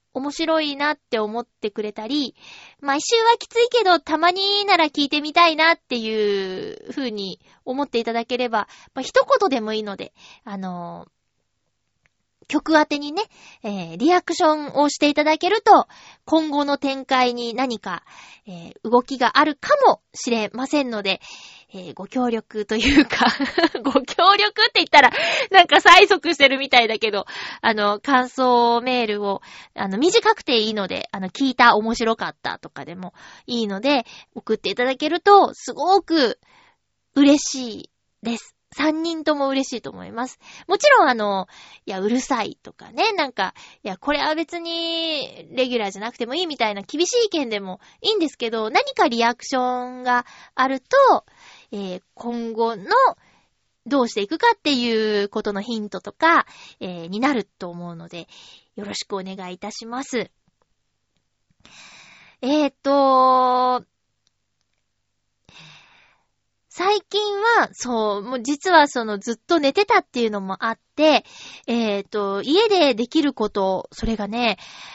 面白いなって思ってくれたり、毎週はきついけどたまになら聞いてみたいなっていう風に思っていただければ、まあ、一言でもいいので、あのー、曲当てにね、えー、リアクションをしていただけると、今後の展開に何か、えー、動きがあるかもしれませんので、えー、ご協力というか、ご協力って言ったら、なんか催促してるみたいだけど、あの、感想メールを、あの、短くていいので、あの、聞いた、面白かったとかでもいいので、送っていただけると、すごく嬉しいです。三人とも嬉しいと思います。もちろんあの、いや、うるさいとかね、なんか、いや、これは別に、レギュラーじゃなくてもいいみたいな厳しい意見でもいいんですけど、何かリアクションがあると、えー、今後の、どうしていくかっていうことのヒントとか、えー、になると思うので、よろしくお願いいたします。えーと、最近は、そう、もう実はそのずっと寝てたっていうのもあって、えーと、家でできること、それがね、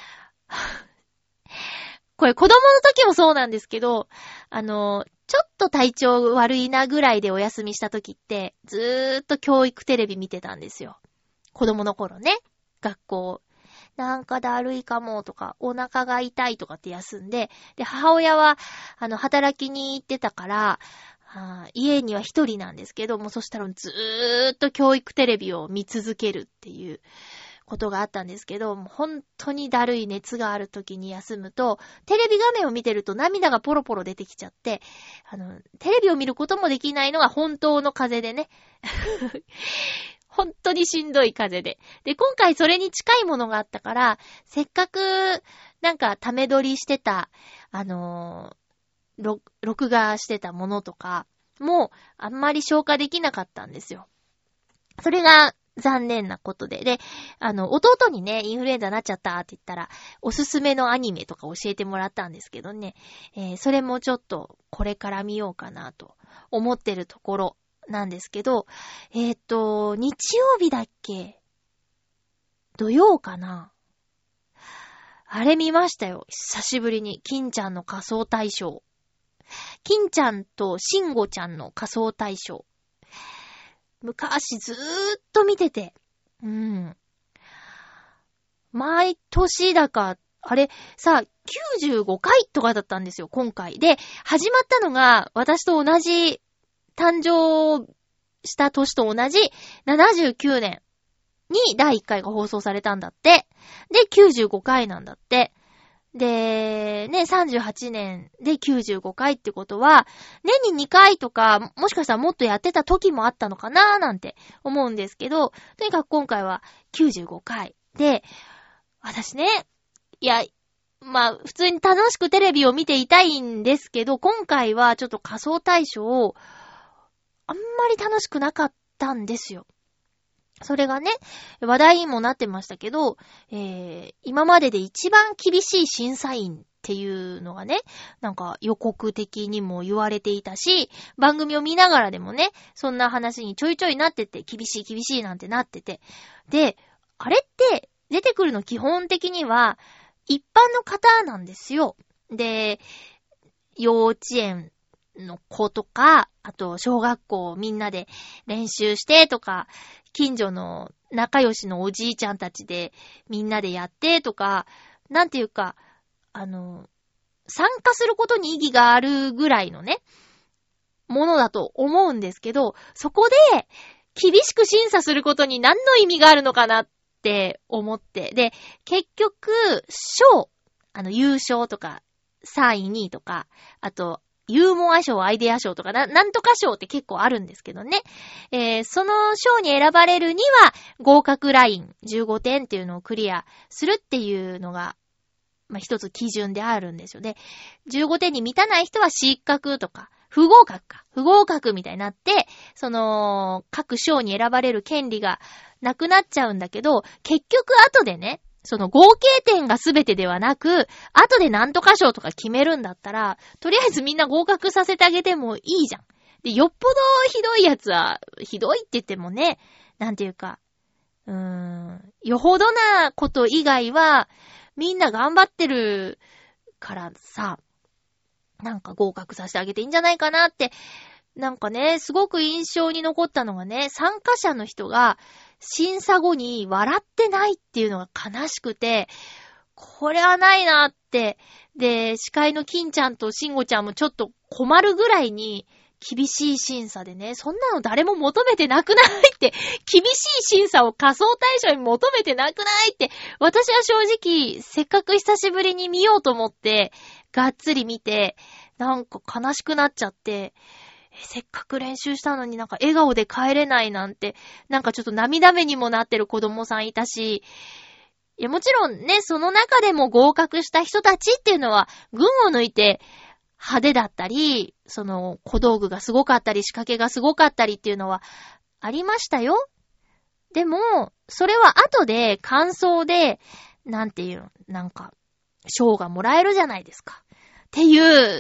これ子供の時もそうなんですけど、あの、ちょっと体調悪いなぐらいでお休みした時って、ずーっと教育テレビ見てたんですよ。子供の頃ね、学校。なんかだるいかもとか、お腹が痛いとかって休んで、で、母親は、あの、働きに行ってたから、はあ、家には一人なんですけども、そしたらずーっと教育テレビを見続けるっていうことがあったんですけど、もう本当にだるい熱がある時に休むと、テレビ画面を見てると涙がポロポロ出てきちゃって、あの、テレビを見ることもできないのが本当の風邪でね。本当にしんどい風邪で。で、今回それに近いものがあったから、せっかくなんかため撮りしてた、あのー、録画してたものとかもあんまり消化できなかったんですよ。それが残念なことで。で、あの、弟にね、インフルエンザになっちゃったって言ったら、おすすめのアニメとか教えてもらったんですけどね、えー、それもちょっとこれから見ようかなと思ってるところなんですけど、えっと、日曜日だっけ？土曜かな？あれ見ましたよ。久しぶりに。金ちゃんの仮装大賞。金ちゃんとしんごちゃんの仮装大賞。昔ずーっと見てて。うん。毎年だか、あれ、さ、きゅうじゅうごかいとかだったんですよ、今回。で、始まったのが、私と同じ、誕生した年と同じななじゅうきゅうねんにだいいっかいが放送されたんだって。で、きゅうじゅうごかいなんだって。で、ね、さんじゅうはちねんできゅうじゅうごかいってことは、年ににかいとか、もしかしたらもっとやってた時もあったのかなーなんて思うんですけど、とにかく今回はきゅうじゅうごかい。で、私ね、いや、まあ、普通に楽しくテレビを見ていたいんですけど、今回はちょっと仮装大賞を、あんまり楽しくなかったんですよ。それがね、話題にもなってましたけど、えー、今までで一番厳しい審査員っていうのがね、なんか予告的にも言われていたし、番組を見ながらでもね、そんな話にちょいちょいなってて、厳しい厳しいなんてなってて。で、あれって出てくるの基本的には一般の方なんですよ。で、幼稚園の子とか、あと小学校みんなで練習してとか、近所の仲良しのおじいちゃんたちでみんなでやってとか、なんていうか、あの、参加することに意義があるぐらいのね、ものだと思うんですけど、そこで厳しく審査することに何の意味があるのかなって思って、で、結局、賞、あの、優勝とか、さんい、にいとか、あと、ユーモア賞、アイデア賞とかな、なんとか賞って結構あるんですけどね。えー、その賞に選ばれるには合格ラインじゅうごてんっていうのをクリアするっていうのが、まあ、一つ基準であるんですよね。じゅうごてんに満たない人は失格とか、不合格か、不合格みたいになって、その、各賞に選ばれる権利がなくなっちゃうんだけど、結局後でね、その合計点が全てではなく、後でなんとか賞とか決めるんだったら、とりあえずみんな合格させてあげてもいいじゃん。で、よっぽどひどいやつは、ひどいって言ってもね、なんていうか、うーん、よほどなこと以外は、 みんな頑張ってるからさ、なんか合格させてあげていいんじゃないかなって、なんかね、すごく印象に残ったのがね、参加者の人が審査後に笑ってないっていうのが悲しくて、これはないなって、で、司会の金ちゃんとしんごちゃんもちょっと困るぐらいに厳しい審査でね、そんなの誰も求めてなくないって、厳しい審査を仮想対象に求めてなくないって、私は正直、せっかく久しぶりに見ようと思って、がっつり見て、なんか悲しくなっちゃって、せっかく練習したのになんか笑顔で帰れないなんて、なんかちょっと涙目にもなってる子供さんいたし、いやもちろんね、その中でも合格した人たちっていうのは、群を抜いて派手だったり、その小道具がすごかったり、仕掛けがすごかったりっていうのはありましたよ。でも、それは後で感想で、なんていうの、なんか、賞がもらえるじゃないですか。っていう、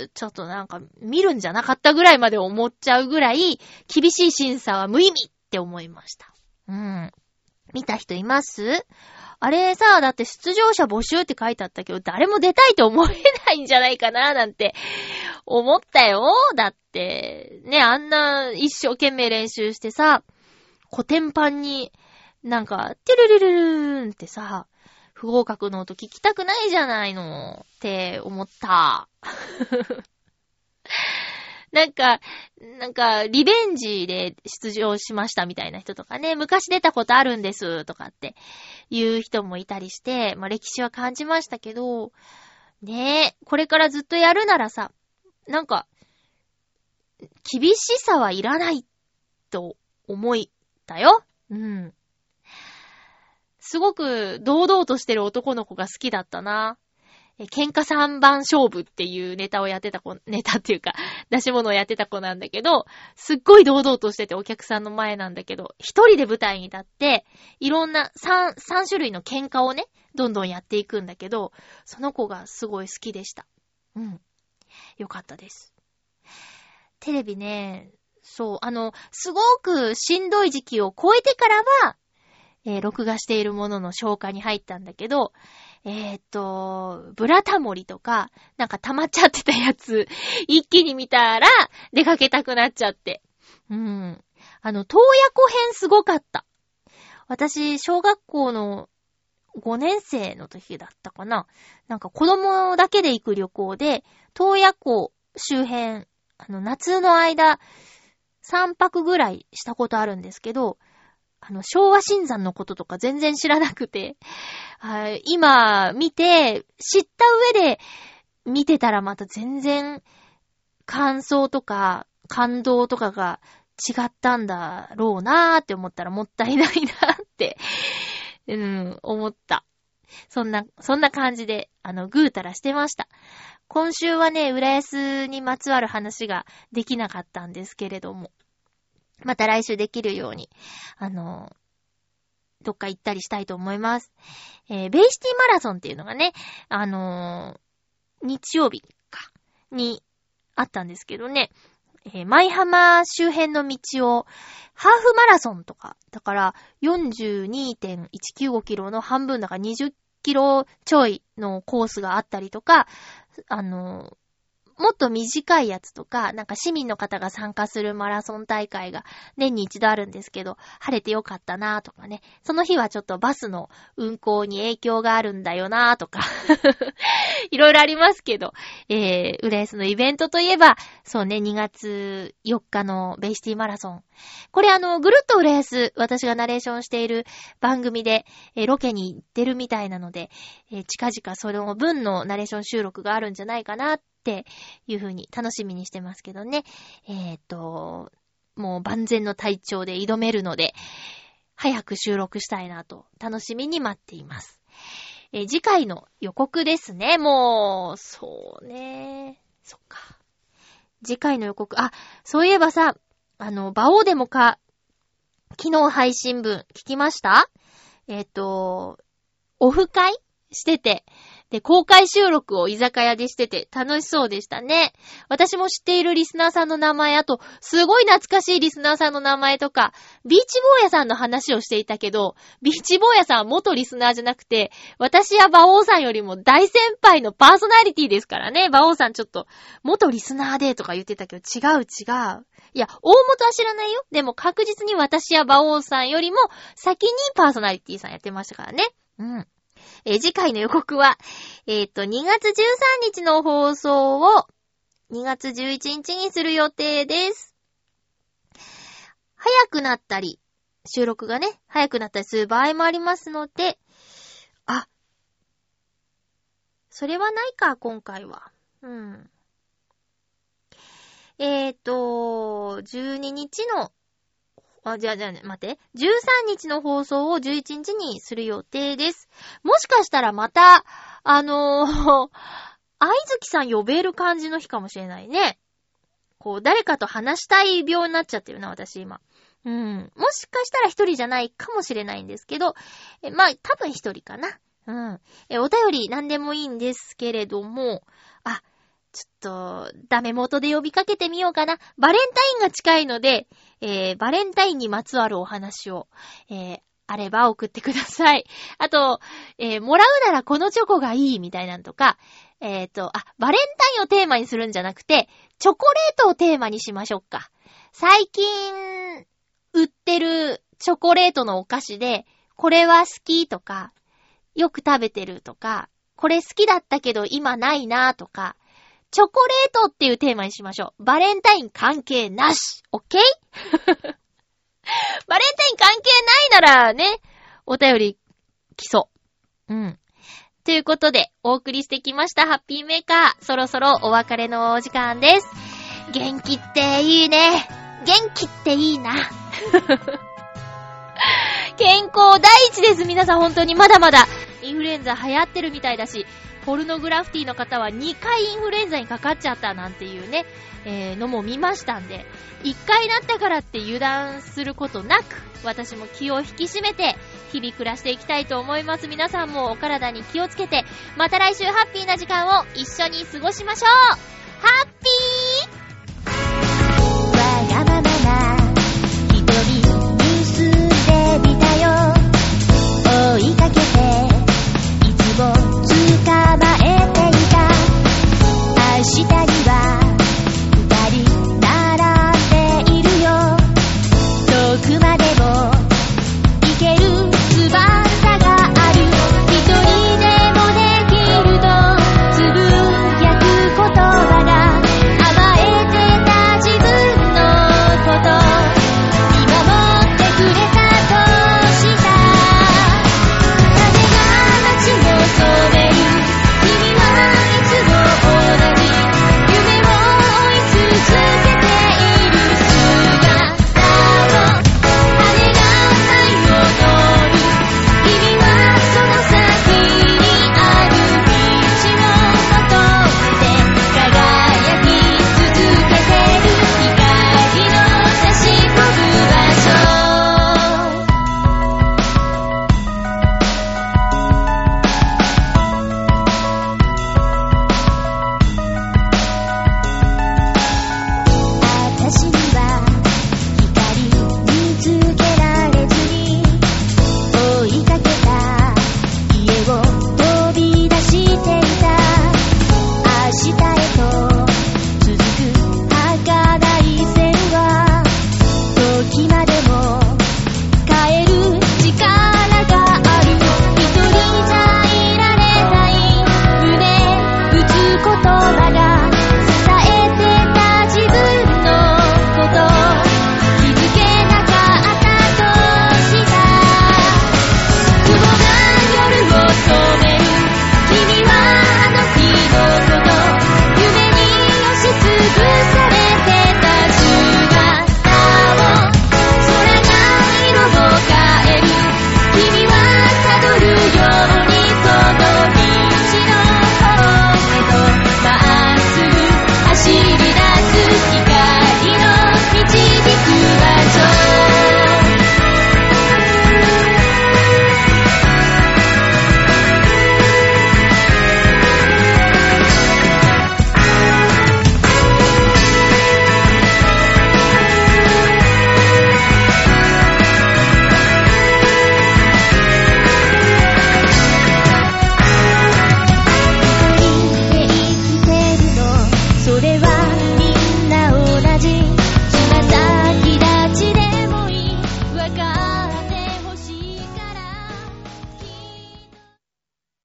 ちょっとなんか見るんじゃなかったぐらいまで思っちゃうぐらい、厳しい審査は無意味って思いました。うん。見た人います？あれさ、だって出場者募集って書いてあったけど、誰も出たいと思えないんじゃないかななんて思ったよ。だって、ね、あんな一生懸命練習してさ、コテンパンになんか、テルルルルーンってさ、不合格の音聞きたくないじゃないのって思った。なんか、なんか、リベンジで出場しましたみたいな人とかね、昔出たことあるんですとかっていう人もいたりして、まあ歴史は感じましたけど、ねえ、これからずっとやるならさ、なんか、厳しさはいらないと思ったよ。うん。すごく堂々としてる男の子が好きだったな。え、喧嘩三番勝負っていうネタをやってた子、ネタっていうか、出し物をやってた子なんだけど、すっごい堂々としててお客さんの前なんだけど、一人で舞台に立って、いろんな三、三種類の喧嘩をね、どんどんやっていくんだけど、その子がすごい好きでした。うん。よかったです。テレビね、そう、あの、すごくしんどい時期を超えてからは、えー、録画しているものの消化に入ったんだけど、えー、っと、ブラタモリとか、なんか溜まっちゃってたやつ、一気に見たら、出かけたくなっちゃって。うん。あの、洞爺湖編すごかった。私、小学校のごねん生の時だったかな。なんか子供だけで行く旅行で、洞爺湖周辺、あの、夏の間、さんぱくぐらいしたことあるんですけど、あの、昭和新山のこととか全然知らなくて、はい、今見て、知った上で見てたらまた全然感想とか感動とかが違ったんだろうなーって思ったらもったいないなって、うん、思った。そんな、そんな感じで、あの、ぐーたらしてました。今週はね、浦安にまつわる話ができなかったんですけれども、また来週できるように、あの、どっか行ったりしたいと思います。えー、ベイシティマラソンっていうのがね、あのー、日曜日か、にあったんですけどね、えー、舞浜周辺の道を、ハーフマラソンとか、だから よんじゅうにてんいちきゅうご キロの半分だからにじゅっキロちょいのコースがあったりとか、あのー、もっと短いやつとか、なんか市民の方が参加するマラソン大会が年に一度あるんですけど、晴れてよかったなとかね、その日はちょっとバスの運行に影響があるんだよなとか、いろいろありますけど、えー、浦安のイベントといえば、そうね、にがつよっかのベイシティマラソン。これあの、ぐるっと浦安、私がナレーションしている番組で、えー、ロケに行ってるみたいなので、えー、近々その分のナレーション収録があるんじゃないかなっていう風に楽しみにしてますけどね。えーと、もう万全の体調で挑めるので、早く収録したいなと楽しみに待っています。えー、次回の予告ですね。もう、そうね。そっか。次回の予告、あ、そういえばさ、あの、バオデモか、昨日配信分聞きました？えっと、オフ会してて、 で、公開収録を居酒屋でしてて楽しそうでしたね。私も知っているリスナーさんの名前、あと、すごい懐かしいリスナーさんの名前とか、ビーチ坊やさんの話をしていたけど、ビーチ坊やさんは元リスナーじゃなくて、私や馬王さんよりも大先輩のパーソナリティですからね。馬王さんちょっと、元リスナーでとか言ってたけど、違う違う。いや、大元は知らないよ。でも確実に私や馬王さんよりも先にパーソナリティさんやってましたからね。うん。えー、次回の予告は、えっと、にがつじゅうさんにちの放送をにがつじゅういちにちにする予定です。早くなったり、収録がね、早くなったりする場合もありますので、あ、それはないか、今回は。うん。えっと、じゅうににちの、あ、じゃあじゃあね、待って。じゅうさんにちの放送をじゅういちにちにする予定です。もしかしたらまた、あのー、あいずきさん呼べる感じの日かもしれないね。こう、誰かと話したい病になっちゃってるな、私今。うん。もしかしたら一人じゃないかもしれないんですけど、えまあ、多分一人かな。うん。え、お便り何でもいいんですけれども、あ、ちょっと、ダメ元で呼びかけてみようかな。バレンタインが近いので、えー、バレンタインにまつわるお話を、えー、あれば送ってください。あと、えー、もらうならこのチョコがいいみたいなんとか、えっと、あ、バレンタインをテーマにするんじゃなくて、チョコレートをテーマにしましょうか。最近、売ってるチョコレートのお菓子で、これは好きとか、よく食べてるとか、これ好きだったけど今ないなとか、チョコレートっていうテーマにしましょう。バレンタイン関係なし。オッケーバレンタイン関係ないならね、お便り来そう。うん。ということで、お送りしてきましたハッピーメーカー。そろそろお別れのお時間です。元気っていいね。元気っていいな。健康第一です。皆さん本当にまだまだインフルエンザ流行ってるみたいだし、ポルノグラフィティの方はにかいインフルエンザにかかっちゃったなんていうね、えー、のも見ましたんで、いっかいなったからって油断することなく、私も気を引き締めて日々暮らしていきたいと思います。皆さんもお体に気をつけて、また来週ハッピーな時間を一緒に過ごしましょう。